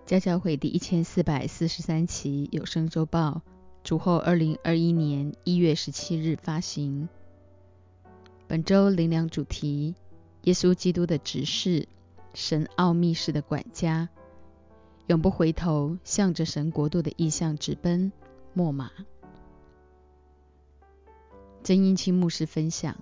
家教会第1443期有声周报，主后2021年1月17日发行。本周灵粮主题：耶稣基督的执事，神奥秘式的管家，永不回头，向着神国度的意向直奔。末马。曾英清牧师分享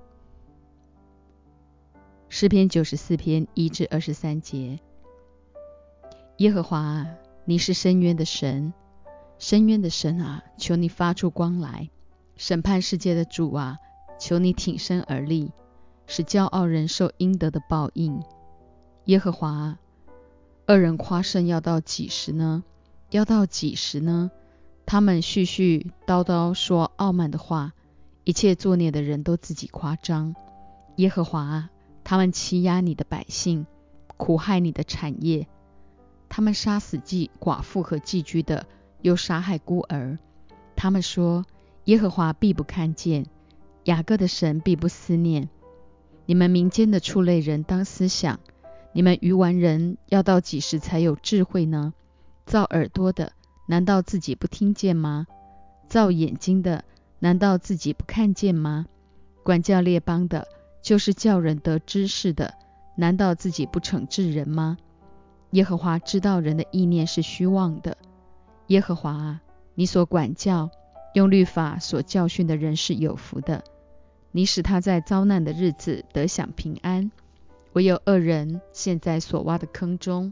诗篇94篇1至23节。耶和华啊，你是深渊的神，深渊的神啊，求你发出光来。审判世界的主啊，求你挺身而立，使骄傲人受应得的报应。耶和华啊，恶人夸胜要到几时呢？要到几时呢？他们絮絮叨叨说傲慢的话，一切作孽的人都自己夸张。耶和华啊，他们欺压你的百姓，苦害你的产业。他们杀死寡妇和寄居的，又杀害孤儿。他们说，耶和华必不看见，雅各的神必不思念。你们民间的畜类人当思想，你们愚顽人要到几时才有智慧呢？造耳朵的，难道自己不听见吗？造眼睛的，难道自己不看见吗？管教列邦的，就是叫人得知识的，难道自己不惩治人吗？耶和华知道人的意念是虚妄的。耶和华啊，你所管教、用律法所教训的人是有福的。你使他在遭难的日子得享平安，唯有恶人陷在所挖的坑中。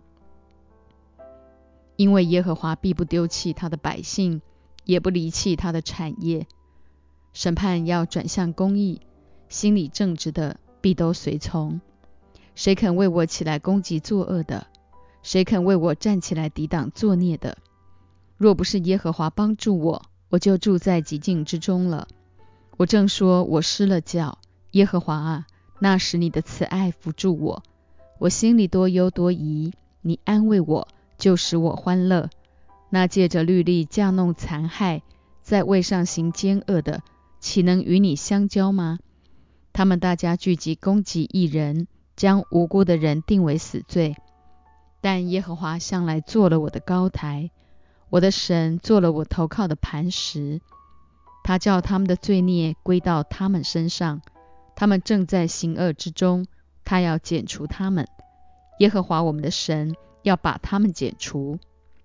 因为耶和华必不丢弃他的百姓，也不离弃他的产业。审判要转向公义，心里正直的必都随从。谁肯为我起来攻击作恶的？谁肯为我站起来抵挡作孽的？若不是耶和华帮助我，我就住在极境之中了。我正说我失了脚，耶和华啊，那时你的慈爱扶助我。我心里多忧多疑，你安慰我，就使我欢乐。那借着律例架弄残害，在位上行奸恶的，岂能与你相交吗？他们大家聚集攻击义人，将无辜的人定为死罪。但耶和华向来做了我的高台，我的神做了我投靠的磐石。他叫他们的罪孽归到他们身上，他们正在行恶之中，他要剪除他们。耶和华我们的神要把他们剪除。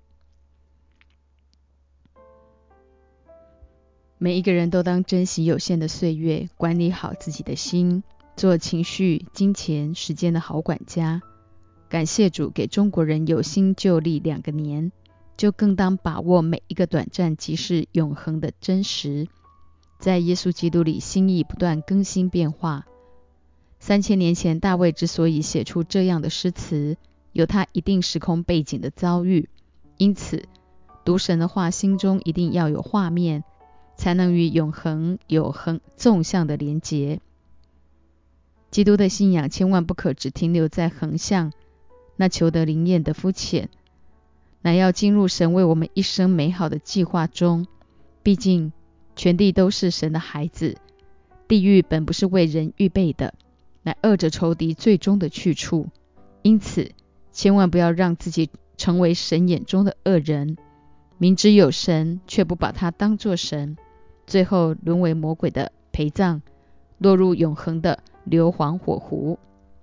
每一个人都当珍惜有限的岁月，管理好自己的心，做情绪、金钱、时间的好管家。感谢主给中国人有新旧历2个年，就更当把握每一个短暂即是永恒的真实。在耶稣基督里，心意不断更新变化。3000年前大卫之所以写出这样的诗词，有他一定时空背景的遭遇，因此读神的话，心中一定要有画面，才能与永恒有纵向的连结。基督的信仰千万不可只停留在横向，那求得灵验的肤浅，乃要进入神为我们一生美好的计划中。毕竟全地都是神的孩子，地狱本不是为人预备的，乃恶者仇敌最终的去处。因此千万不要让自己成为神眼中的恶人，明知有神却不把他当作神，最后沦为魔鬼的陪葬，落入永恒的硫磺火湖。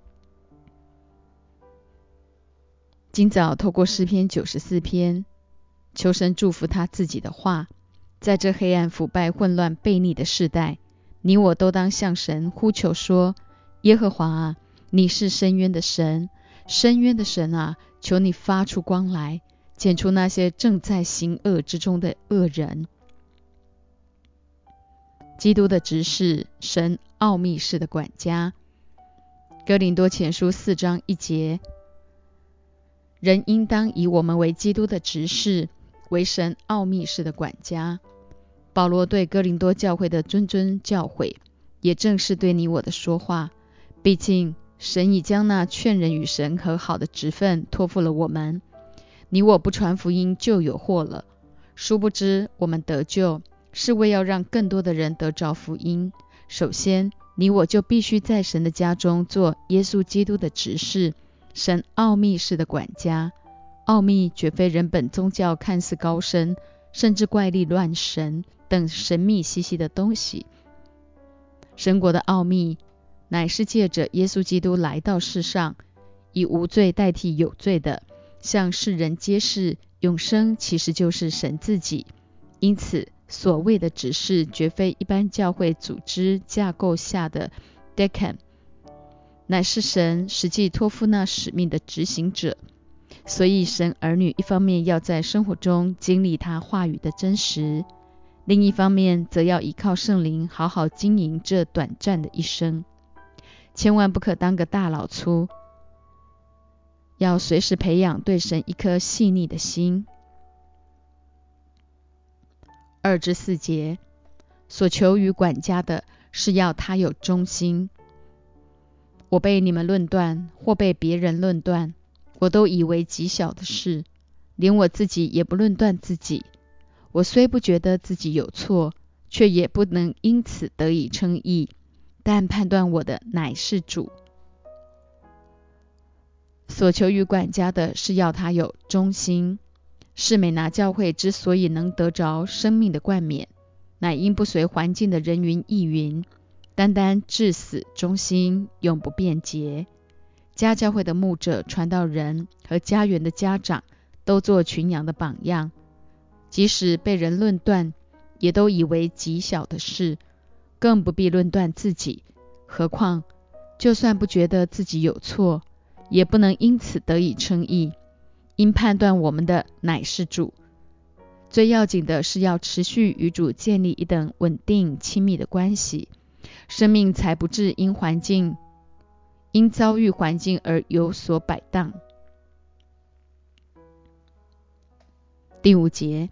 今早透过诗篇94篇，求神祝福他自己的话，在这黑暗腐败混乱悖逆的世代，你我都当向神呼求说，耶和华啊，你是深渊的神，深渊的神啊，求你发出光来，剪除那些正在行恶之中的恶人。基督的执事，神奥秘式的管家。哥林多前书4章1节，人应当以我们为基督的执事，为神奥秘式的管家。保罗对哥林多教会的谆谆教诲，也正是对你我的说话。毕竟神已将那劝人与神和好的职分托付了我们，你我不传福音就有祸了。殊不知我们得救是为要让更多的人得着福音。首先你我就必须在神的家中做耶稣基督的执事，神奥秘式的管家。 奥秘绝非人本宗教看似高深，甚至怪力乱神等神秘兮兮的东西。神国的奥秘乃是借着耶稣基督来到世上，以无罪代替有罪的，向世人揭示永生其实就是神自己。因此所谓的指示绝非一般教会组织架构下的 deacon， 乃是神实际托付那使命的执行者。所以神儿女一方面要在生活中经历他话语的真实，另一方面则要依靠圣灵好好经营这短暂的一生。千万不可当个大老粗，要随时培养对神一颗细腻的心。2至4节，所求于管家的是要他有忠心。我被你们论断，或被别人论断，我都以为极小的事，连我自己也不论断自己。我虽不觉得自己有错，却也不能因此得以称义，但判断我的乃是主。所求于管家的是要他有忠心。士美拿教会之所以能得着生命的冠冕，乃因不随环境的人云亦云，单单至死忠心，永不变节。家教会的牧者、传道人和家园的家长都做群羊的榜样，即使被人论断，也都以为极小的事，更不必论断自己。何况就算不觉得自己有错，也不能因此得以称义，因判断我们的乃是主。最要紧的是要持续与主建立一等稳定亲密的关系，生命才不致因遭遇环境而有所摆荡。第5节，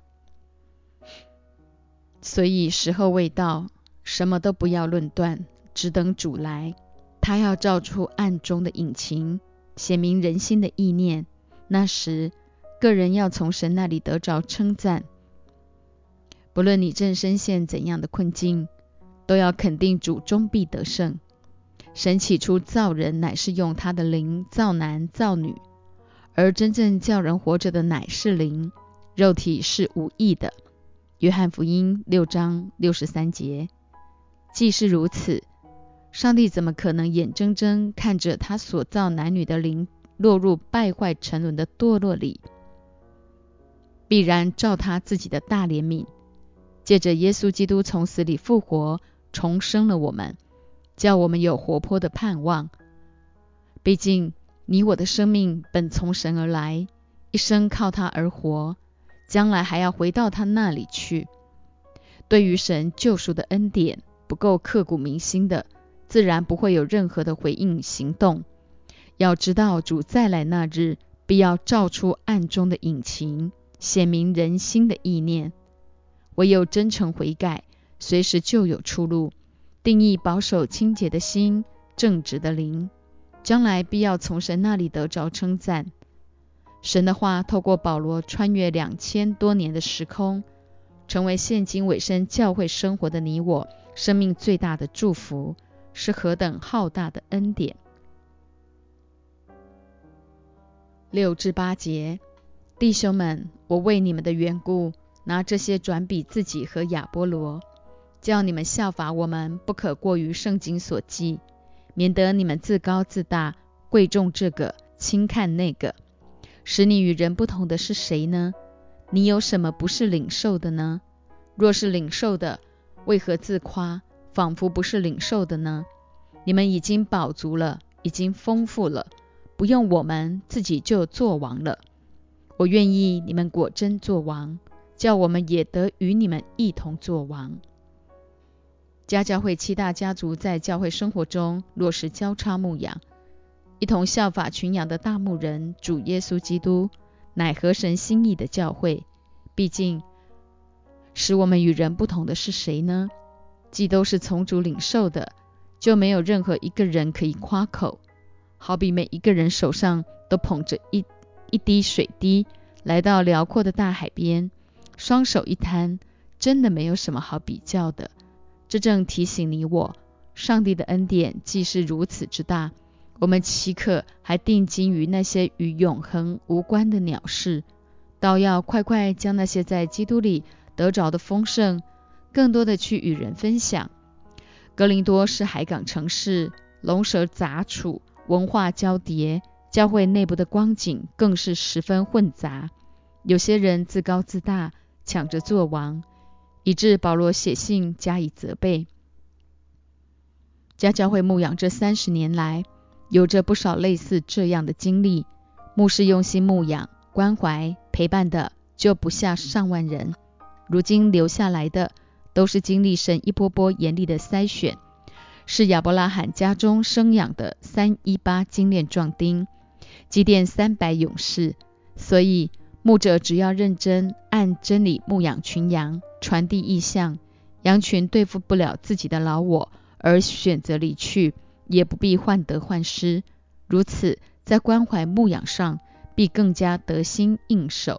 所以时候未到，什么都不要论断，只等主来。他要照出暗中的隐情，显明人心的意念。那时个人要从神那里得着称赞。不论你正深陷怎样的困境，都要肯定主终必得胜。神起初造人乃是用他的灵造男造女，而真正叫人活着的乃是灵，肉体是无益的。约翰福音6章63节。既是如此，上帝怎么可能眼睁睁看着他所造男女的灵落入败坏沉沦的堕落里？必然照他自己的大怜悯，借着耶稣基督从死里复活，重生了我们，叫我们有活泼的盼望。毕竟你我的生命本从神而来，一生靠他而活，将来还要回到他那里去。对于神救赎的恩典不够刻骨铭心的，自然不会有任何的回应行动。要知道主再来那日，必要照出暗中的隐情，显明人心的意念。唯有真诚悔改，随时就有出路。定义保守清洁的心，正直的灵，将来必要从神那里得着称赞。神的话透过保罗穿越2000多年的时空，成为现今委身教会生活的你我生命最大的祝福，是何等浩大的恩典。6至8节，弟兄们，我为你们的缘故，拿这些转比自己和亚波罗，叫你们效法我们，不可过于圣经所记，免得你们自高自大，贵重这个，轻看那个。使你与人不同的是谁呢？你有什么不是领受的呢？若是领受的，为何自夸，仿佛不是领受的呢？你们已经饱足了，已经丰富了，不用我们，自己就做王了。我愿意你们果真做王，叫我们也得与你们一同做王。家教会7大家族在教会生活中落实交叉牧养，一同效法群羊的大牧人主耶稣基督，乃合神心意的教会。毕竟使我们与人不同的是谁呢？既都是从主领受的，就没有任何一个人可以夸口。好比每一个人手上都捧着一滴水滴，来到辽阔的大海边，双手一摊，真的没有什么好比较的。这正提醒你我，上帝的恩典既是如此之大， 我们岂可还定睛于那些与永恒无关的鸟事，倒要快快将那些在基督里得着的丰盛，更多的去与人分享。哥林多是海港城市，龙蛇杂处，文化交叠，教会内部的光景更是十分混杂。有些人自高自大，抢着做王，以致保罗写信加以责备。家教会牧养这30年来，有着不少类似这样的经历。牧师用心牧养、关怀、陪伴的就不下上万人，如今留下来的都是经历神一波波严厉的筛选，是亚伯拉罕家中生养的318精炼壮丁，积淀300勇士。所以牧者只要认真按真理牧养群羊，传递意象，羊群对付不了自己的老我而选择离去，也不必患得患失。如此在关怀牧养上必更加得心应手。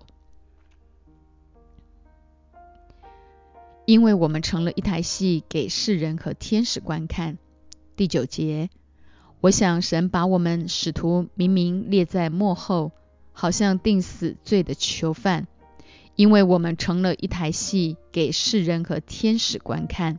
因为我们成了一台戏给世人和天使观看。第9节，我想神把我们使徒明明列在末后，好像定死罪的囚犯，因为我们成了一台戏给世人和天使观看。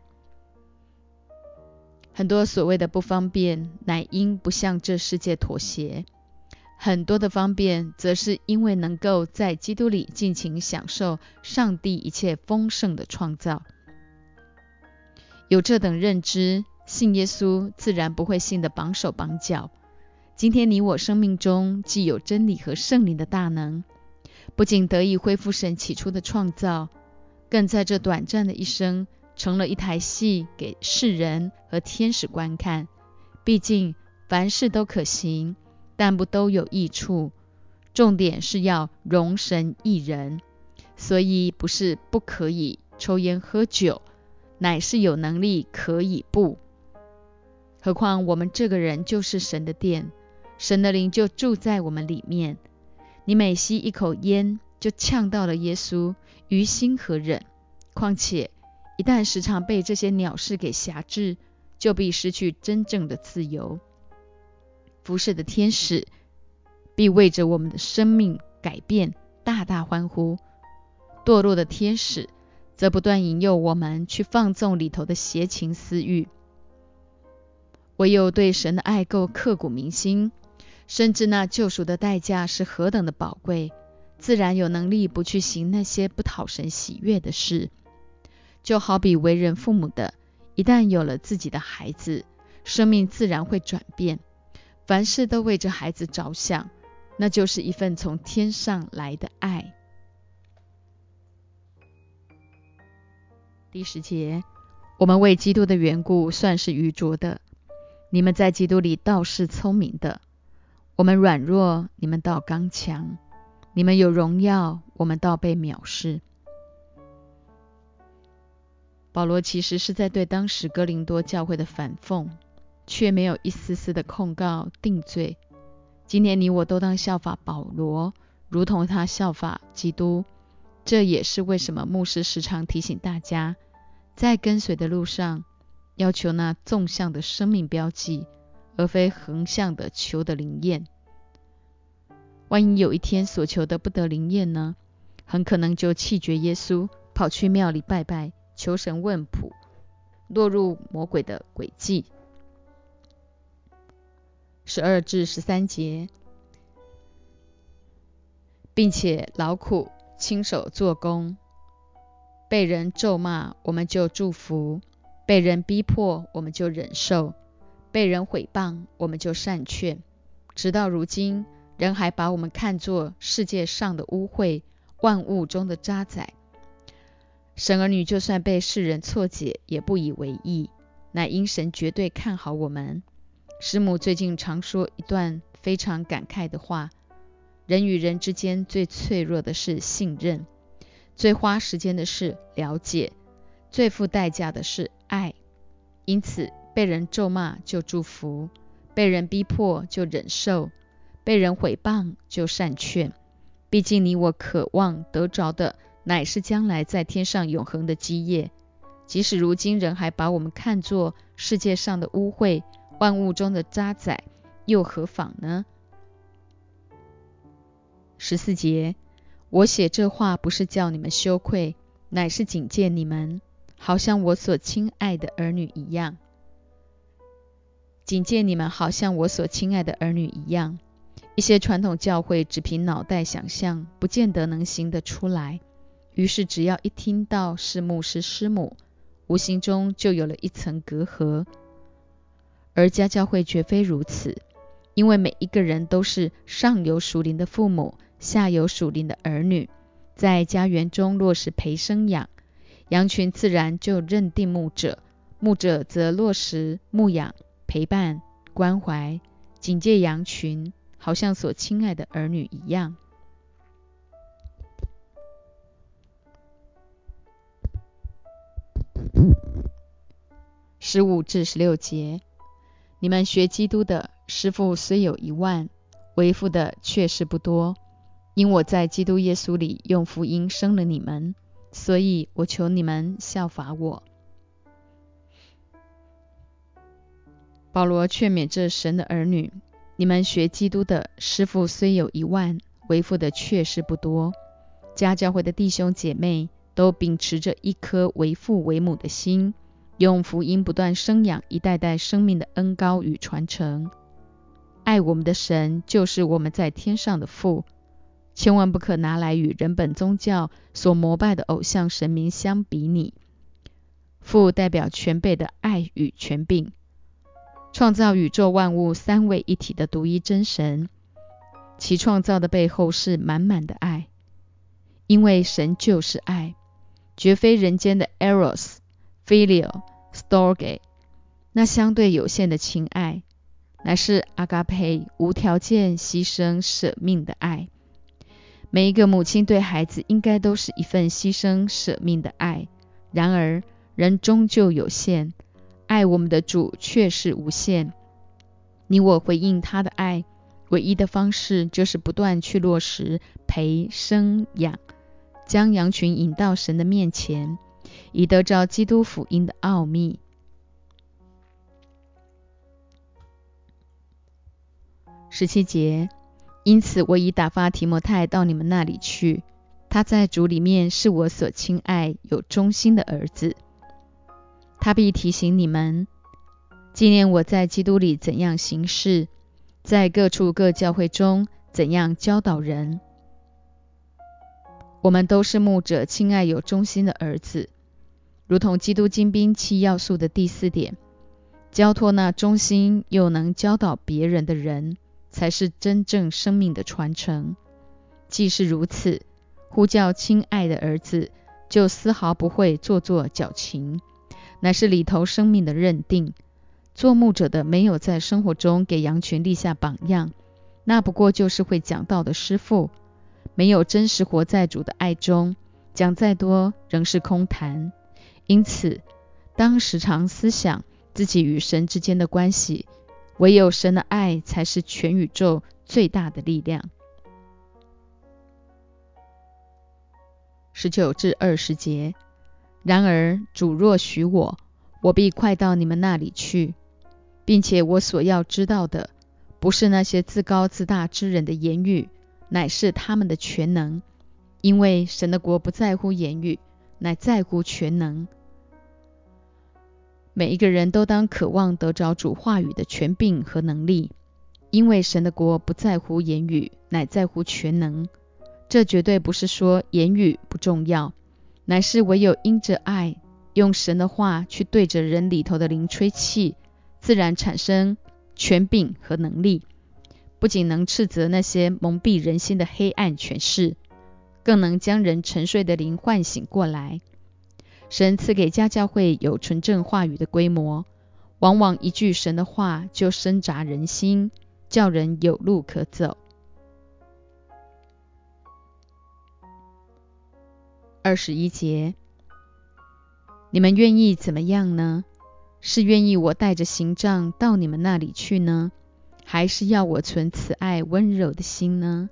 很多所谓的不方便，乃因不向这世界妥协；很多的方便，则是因为能够在基督里尽情享受上帝一切丰盛的创造。有这等认知，信耶稣自然不会信得绑手绑脚。今天你我生命中既有真理和圣灵的大能，不仅得以恢复神起初的创造，更在这短暂的一生成了一台戏给世人和天使观看。毕竟凡事都可行，但不都有益处，重点是要容神益人。所以不是不可以抽烟喝酒，乃是有能力可以不。何况我们这个人就是神的殿，神的灵就住在我们里面。你每吸一口烟，就呛到了耶稣，于心何忍？况且一旦时常被这些鸟事给辖制，就必失去真正的自由。服侍的天使必为着我们的生命改变大大欢呼，堕落的天使则不断引诱我们去放纵里头的邪情私欲。唯有对神的爱够刻骨铭心，深知那救赎的代价是何等的宝贵，自然有能力不去行那些不讨神喜悦的事。就好比为人父母的，一旦有了自己的孩子，生命自然会转变，凡事都为着孩子着想，那就是一份从天上来的爱。第10节，我们为基督的缘故算是愚拙的，你们在基督里倒是聪明的。我们软弱，你们倒刚强；你们有荣耀，我们倒被藐视。保罗其实是在对当时哥林多教会的反讽，却没有一丝丝的控告定罪。今天你我都当效法保罗，如同他效法基督。这也是为什么牧师时常提醒大家，在跟随的路上，要求那纵向的生命标记，而非横向的求得灵验。万一有一天所求的不得灵验呢？很可能就弃绝耶稣，跑去庙里拜拜，求神问卜，落入魔鬼的诡计。12至13节，并且劳苦亲手做工，被人咒骂我们就祝福，被人逼迫我们就忍受，被人毁谤我们就善劝。直到如今，人还把我们看作世界上的污秽，万物中的渣滓。神儿女就算被世人错解，也不以为意，乃因神绝对看好我们。师母最近常说一段非常感慨的话，人与人之间最脆弱的是信任，最花时间的是了解，最付代价的是爱。因此被人咒骂就祝福，被人逼迫就忍受，被人毁谤就善劝。毕竟你我渴望得着的乃是将来在天上永恒的基业，即使如今人还把我们看作世界上的污秽，万物中的渣滓， 又何妨呢？14节，我写这话不是叫你们羞愧，乃是警戒你们，好像我所亲爱的儿女一样。警戒你们，好像我所亲爱的儿女一样。一些传统教会只凭脑袋想象，不见得能行得出来。于是只要一听到是牧师师母，无形中就有了一层隔阂。而家教会绝非如此，因为每一个人都是上有属灵的父母，下有属灵的儿女，在家园中落实陪生养，羊群自然就认定牧者，牧者则落实牧养、陪伴、关怀、警戒羊群，好像所亲爱的儿女一样。15至16节，你们学基督的，师傅虽有10000，为父的却是不多。因我在基督耶稣里用福音生了你们，所以我求你们效法我。保罗劝勉这神的儿女，你们学基督的，师傅虽有10000，为父的却是不多。家教会的弟兄姐妹都秉持着一颗为父为母的心，用福音不断生养一代代生命的恩膏与传承。爱我们的神就是我们在天上的父，千万不可拿来与人本宗教所膜拜的偶像神明相比拟。父代表全备的爱与权柄，创造宇宙万物三位一体的独一真神，其创造的背后是满满的爱，因为神就是爱，绝非人间的 eros、filial、storge 那相对有限的情爱，乃是阿嘎佩无条件牺牲舍命的爱。每一个母亲对孩子应该都是一份牺牲舍命的爱，然而人终究有限，爱我们的主却是无限。你我回应他的爱，唯一的方式就是不断去落实培生养，将羊群引到神的面前，以得着基督福音的奥秘。17节，因此我已打发提摩太到你们那里去，他在主里面是我所亲爱有忠心的儿子，他必提醒你们，纪念我在基督里怎样行事，在各处各教会中怎样教导人。我们都是牧者亲爱有忠心的儿子，如同基督精兵7要素的第4点，交托那忠心又能教导别人的人，才是真正生命的传承。既是如此，呼叫亲爱的儿子，就丝毫不会做作矫情，乃是里头生命的认定。做牧者的没有在生活中给羊群立下榜样，那不过就是会讲道的师傅，没有真实活在主的爱中，讲再多仍是空谈。因此当时常思想自己与神之间的关系，唯有神的爱才是全宇宙最大的力量。19至20节，然而主若许我，我必快到你们那里去，并且我所要知道的，不是那些自高自大之人的言语，乃是他们的全能，因为神的国不在乎言语，乃在乎全能。每一个人都当渴望得着主话语的权柄和能力，因为神的国不在乎言语，乃在乎全能。这绝对不是说言语不重要，乃是唯有因着爱，用神的话去对着人里头的灵吹气，自然产生权柄和能力，不仅能斥责那些蒙蔽人心的黑暗权势，更能将人沉睡的灵唤醒过来。神赐给家教会有纯正话语的规模，往往一句神的话就深扎人心，叫人有路可走。21节，你们愿意怎么样呢？是愿意我带着刑杖到你们那里去呢，还是要我存慈爱温柔的心呢？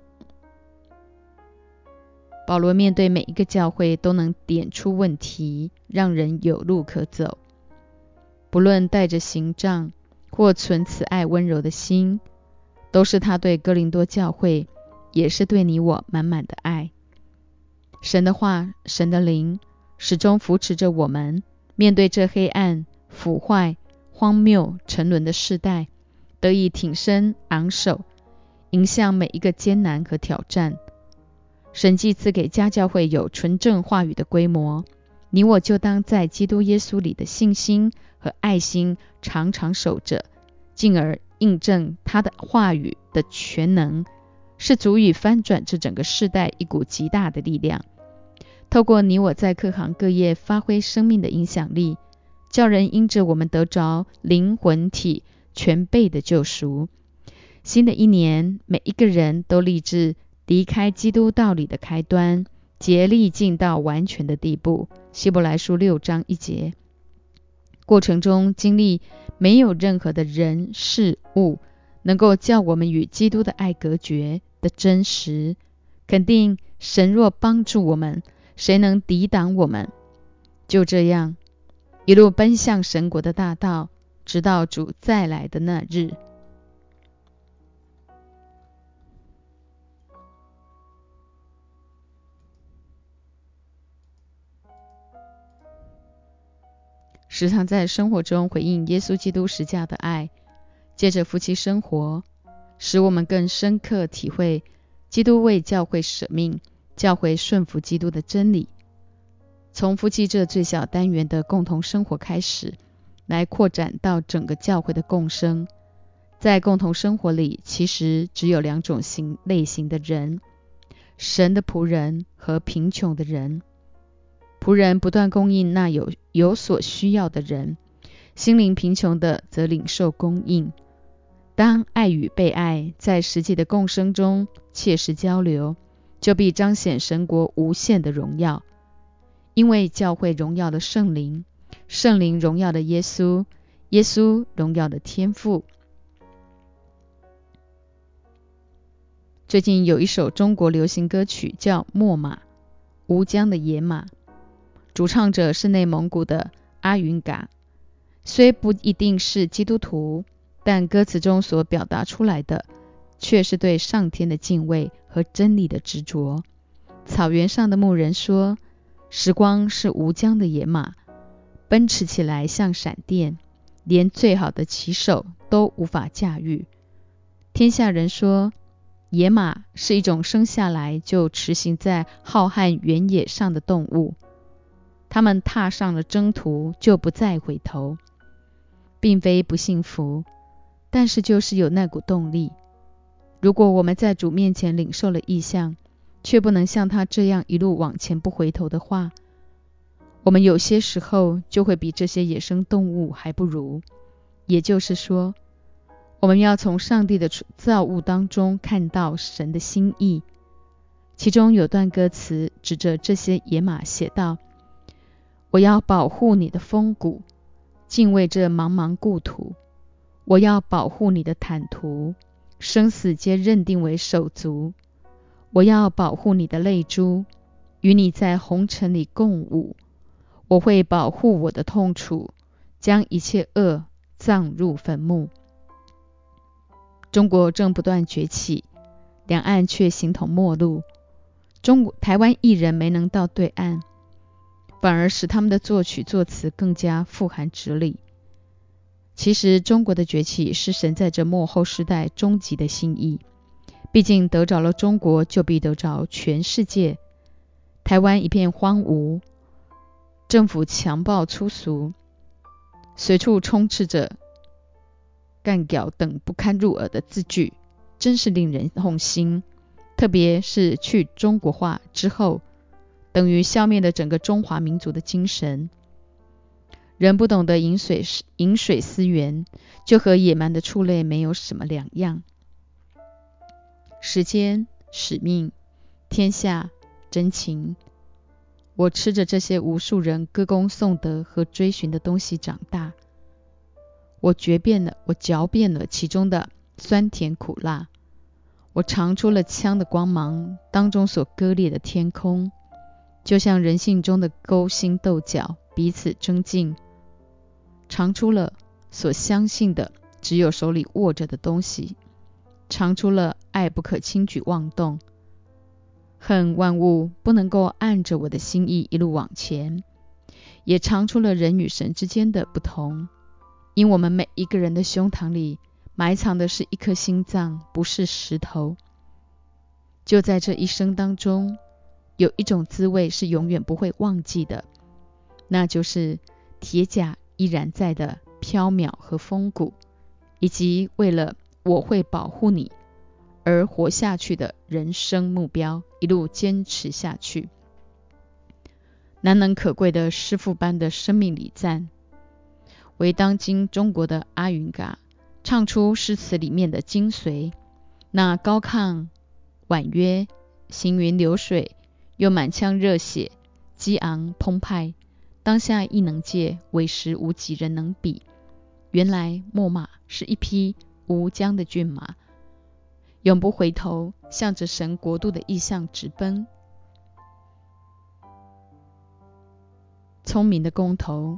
保罗面对每一个教会都能点出问题，让人有路可走。不论带着刑杖或存慈爱温柔的心， 都是他对哥林多教会，也是对你我满满的爱。神的话，神的灵，始终扶持着我们，面对这黑暗、腐坏、荒谬、沉沦的世代，得以挺身昂首，迎向每一个艰难和挑战。神既赐给家教会有纯正话语的规模，你我就当在基督耶稣里的信心和爱心常常守着，进而印证他的话语的全能，是足以翻转这整个世代一股极大的力量。透过你我在各行各业发挥生命的影响力，叫人因着我们得着灵魂体全备的救赎。新的一年，每一个人都立志离开基督道理的开端，竭力进到完全的地步。希伯来书6章1节。过程中经历没有任何的人事物能够叫我们与基督的爱隔绝的真实，肯定神若帮助我们，谁能抵挡我们？就这样一路奔向神国的大道，直到主再来的那日。时常在生活中回应耶稣基督十架的爱，借着夫妻生活，使我们更深刻体会基督为教会舍命，教会顺服基督的真理。从夫妻这最小单元的共同生活开始，来扩展到整个教会的共生。在共同生活里，其实只有两种类型的人：神的仆人和贫穷的人。仆人不断供应那有所需要的人，心灵贫穷的则领受供应。当爱与被爱在实际的共生中切实交流，就必彰显神国无限的荣耀。因为教会荣耀的圣灵，圣灵荣耀的耶稣，耶稣荣耀的天父。最近有一首中国流行歌曲叫《墨马》，吴江的野马，主唱者是内蒙古的阿云嘎。虽不一定是基督徒，但歌词中所表达出来的却是对上天的敬畏和真理的执着。草原上的牧人说，时光是吴江的野马，奔驰起来像闪电，连最好的骑手都无法驾驭。天下人说，野马是一种生下来就驰行在浩瀚原野上的动物，他们踏上了征途就不再回头，并非不幸福，但是就是有那股动力。如果我们在主面前领受了异象，却不能像他这样一路往前不回头的话，我们有些时候就会比这些野生动物还不如。也就是说，我们要从上帝的造物当中看到神的心意。其中有段歌词指着这些野马写道，我要保护你的峰谷，敬畏这茫茫故土。我要保护你的坦途，生死皆认定为手足。我要保护你的泪珠，与你在红尘里共舞。我会保护我的痛楚，将一切恶葬入坟墓。中国正不断崛起，两岸却形同陌路。台湾艺人没能到对岸，反而使他们的作曲作词更加富含哲理。其实中国的崛起是神在这末后时代终极的心意，毕竟得着了中国，就必得着全世界。台湾一片荒芜，政府强暴粗俗，随处充斥着干屌等不堪入耳的字句，真是令人痛心。特别是去中国化之后，等于消灭了整个中华民族的精神。人不懂得饮水思源，就和野蛮的畜类没有什么两样。时间、使命、天下、真情，我吃着这些无数人歌功颂德和追寻的东西长大。我嚼遍了其中的酸甜苦辣，我尝出了枪的光芒当中所割裂的天空，就像人性中的勾心斗角，彼此争竞，尝出了所相信的只有手里握着的东西， 尝出了爱不可轻举妄动，恨万物不能够按着我的心意一路往前，也尝出了人与神之间的不同。因我们每一个人的胸膛里埋藏的是一颗心脏，不是石头。就在这一生当中，有一种滋味是永远不会忘记的，那就是铁甲依然在的飘渺和风骨，以及为了我会保护你而活下去的人生目标，一路坚持下去。难能可贵的师父般的生命礼赞，为当今中国的阿云嘎唱出诗词里面的精髓，那高亢婉约，行云流水，又满腔热血，激昂澎湃，当下亦能界，为时无几人能比。原来墨马是一匹无缰的骏马，永不回头，向着神国度的意象直奔。聪明的工头，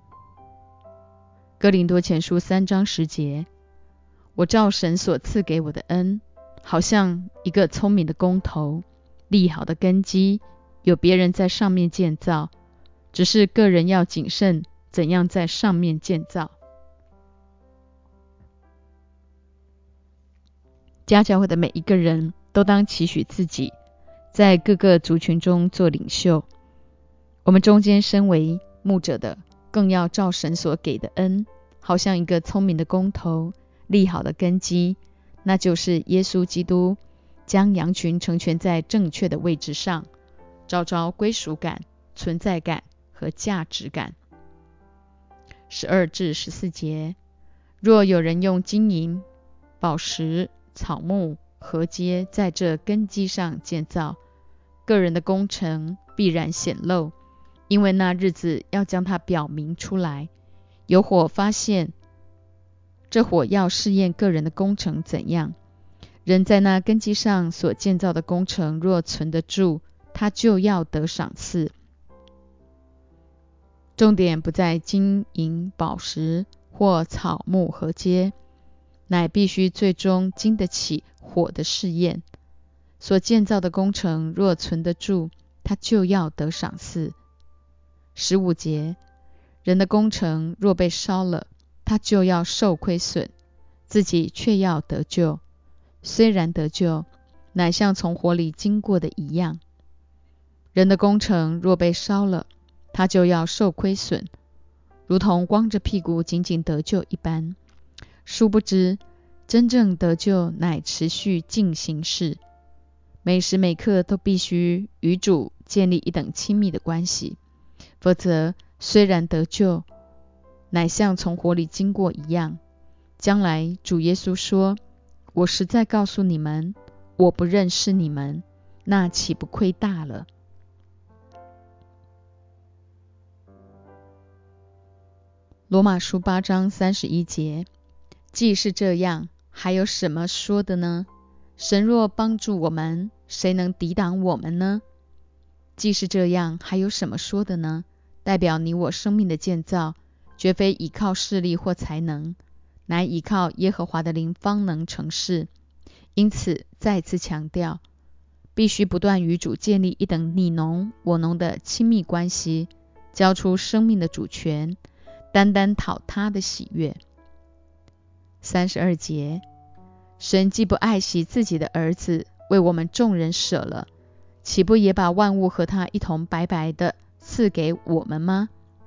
哥林多前书3章10节，我照神所赐给我的恩，好像一个聪明的工头，立好的根基，有别人在上面建造，只是个人要谨慎怎样在上面建造。家教会的每一个人都当期许自己在各个族群中做领袖，我们中间身为牧者的更要照神所给的恩，好像一个聪明的工头，立好的根基，那就是耶稣基督将羊群成全在正确的位置上，找着归属感、存在感和价值感。12至14节，若有人用金银、宝石、草木、禾秸在这根基上建造，个人的工程必然显露，因为那日子要将它表明出来，有火发现，这火要试验个人的工程怎样。人在那根基上所建造的工程若存得住，他就要得赏赐。重点不在金银宝石或草木禾秸，乃必须最终经得起火的试验。所建造的工程若存得住，他就要得赏赐。15节，人的工程若被烧了，他就要受亏损，自己却要得救。虽然得救，乃像从火里经过的一样。人的工程若被烧了，他就要受亏损，如同光着屁股仅仅得救一般。殊不知，真正得救乃持续进行式，每时每刻都必须与主建立一等亲密的关系，否则虽然得救，乃像从火里经过一样。将来主耶稣说，我实在告诉你们，我不认识你们，那岂不亏大了？罗马书8章31节，既是这样，还有什么说的呢？神若帮助我们，谁能抵挡我们呢？既是这样，还有什么说的呢？代表你我生命的建造，绝非依靠势力或才能，乃依靠耶和华的灵方能成事。因此再次强调，必须不断与主建立一等你侬我侬的亲密关系，交出生命的主权，单单讨他的喜悦。32节，神既不爱惜自己的儿子，为我们众人舍了，岂不也把万物和他一同白白的赐给我们吗？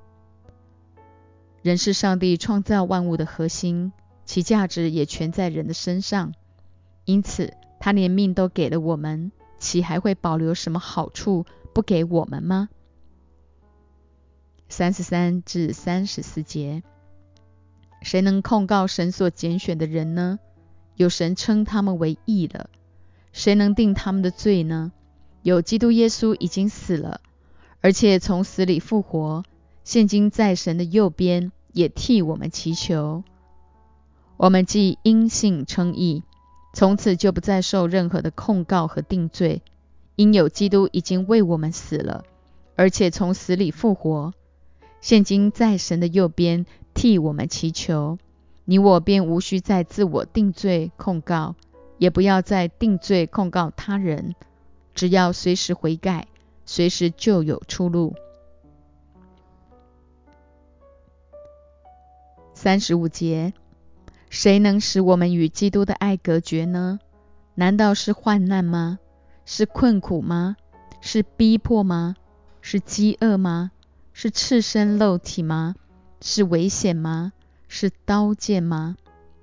人是上帝创造万物的核心，其价值也全在人的身上，因此他连命都给了我们，岂还会保留什么好处不给我们吗？33至34节，谁能控告神所拣选的人呢？有神称他们为义了。谁能定他们的罪呢？有基督耶稣已经死了，而且从死里复活，现今在神的右边，也替我们祈求。我们既因信称义，从此就不再受任何的控告和定罪，因有基督已经为我们死了，而且从死里复活，现今在神的右边替我们祈求，你我便无需再自我定罪控告， 也不要再定罪控告他人，只要随时悔改，随时就有出路。35节，谁能使我们与基督的爱隔绝呢？难道是患难吗？是困苦吗？是逼迫吗？是饥饿吗？是赤身露体吗？是危险吗？是刀剑吗？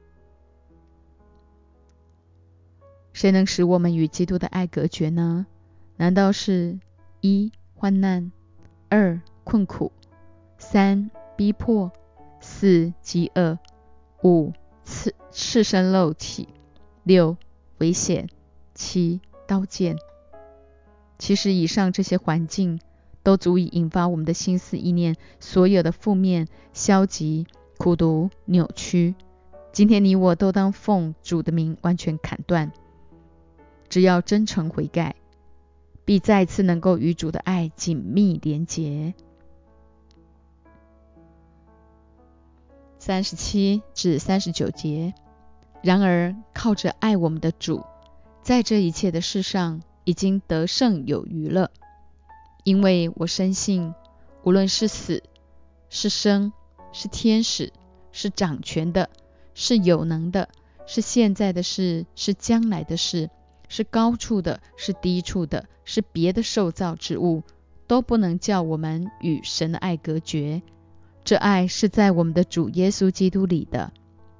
谁能使我们与基督的爱隔绝呢？难道是1患难，2困苦，3逼迫，4饥饿，5赤身露体，6危险，7刀剑。其实以上这些环境都足以引发我们的心思意念所有的负面、消极、苦毒、扭曲。今天你我都当奉主的名完全砍断，只要真诚悔改，必再次能够与主的爱紧密连结。37至39节，然而靠着爱我们的主，在这一切的事上已经得胜有余了。因为我深信，无论是死是生，是天使，是掌权的，是有能的，是现在的事，是将来的事，是高处的，是低处的，是别的受造之物，都不能叫我们与神的爱隔绝。这爱是在我们的主耶稣基督里的。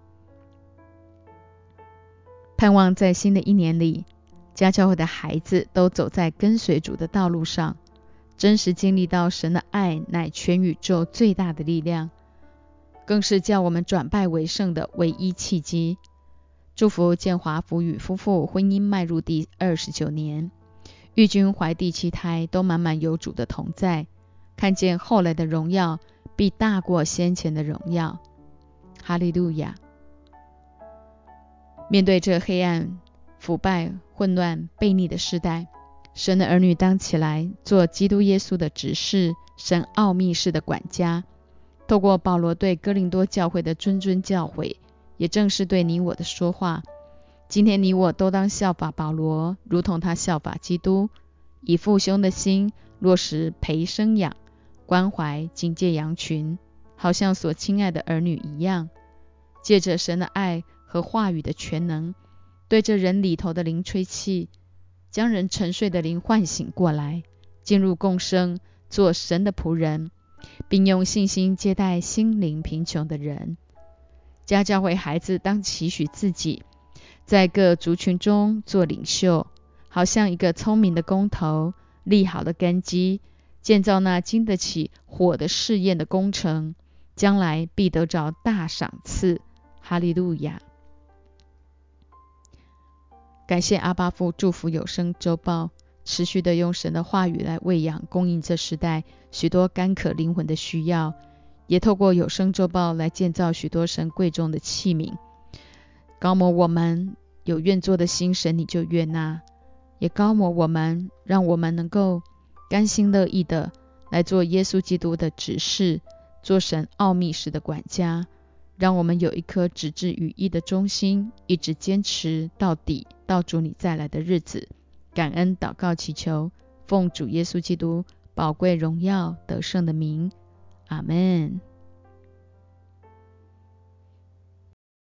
盼望在新的一年里，家教会的孩子都走在跟随主的道路上，真实经历到神的爱乃全宇宙最大的力量，更是叫我们转败为胜的唯一契机。祝福建华福与夫妇婚姻迈入第29年，玉君怀第7胎都满满有主的同在，看见后来的荣耀必大过先前的荣耀。哈利路亚！面对这黑暗、腐败、混乱、悖逆的时代，神的儿女当起来做基督耶稣的执事，神奥秘式的管家。透过保罗对哥林多教会的谆谆教诲，也正是对你我的说话。今天你我都当效法保罗，如同他效法基督，以父兄的心落实培生养，关怀警戒羊群，好像所亲爱的儿女一样，借着神的爱和话语的全能，对着人里头的灵吹气，将人沉睡的灵唤醒过来，进入共生，做神的仆人，并用信心接待心灵贫穷的人。家教会孩子当期许自己在各族群中做领袖，好像一个聪明的工头，立好的根基，建造那经得起火的试验的工程，将来必得着大赏赐。哈利路亚！感谢阿爸父祝福有声周报，持续的用神的话语来喂养供应这时代许多干渴灵魂的需要，也透过有声周报来建造许多神贵重的器皿。高摩我们有愿做的心，神你就悦纳，也高摩我们，让我们能够甘心乐意的来做耶稣基督的执事，做神奥秘式的管家，让我们有一颗只至于一的忠心，一直坚持到底，到主你再来的日子。感恩祷告祈求，奉主耶稣基督宝贵荣耀得胜的名，阿们。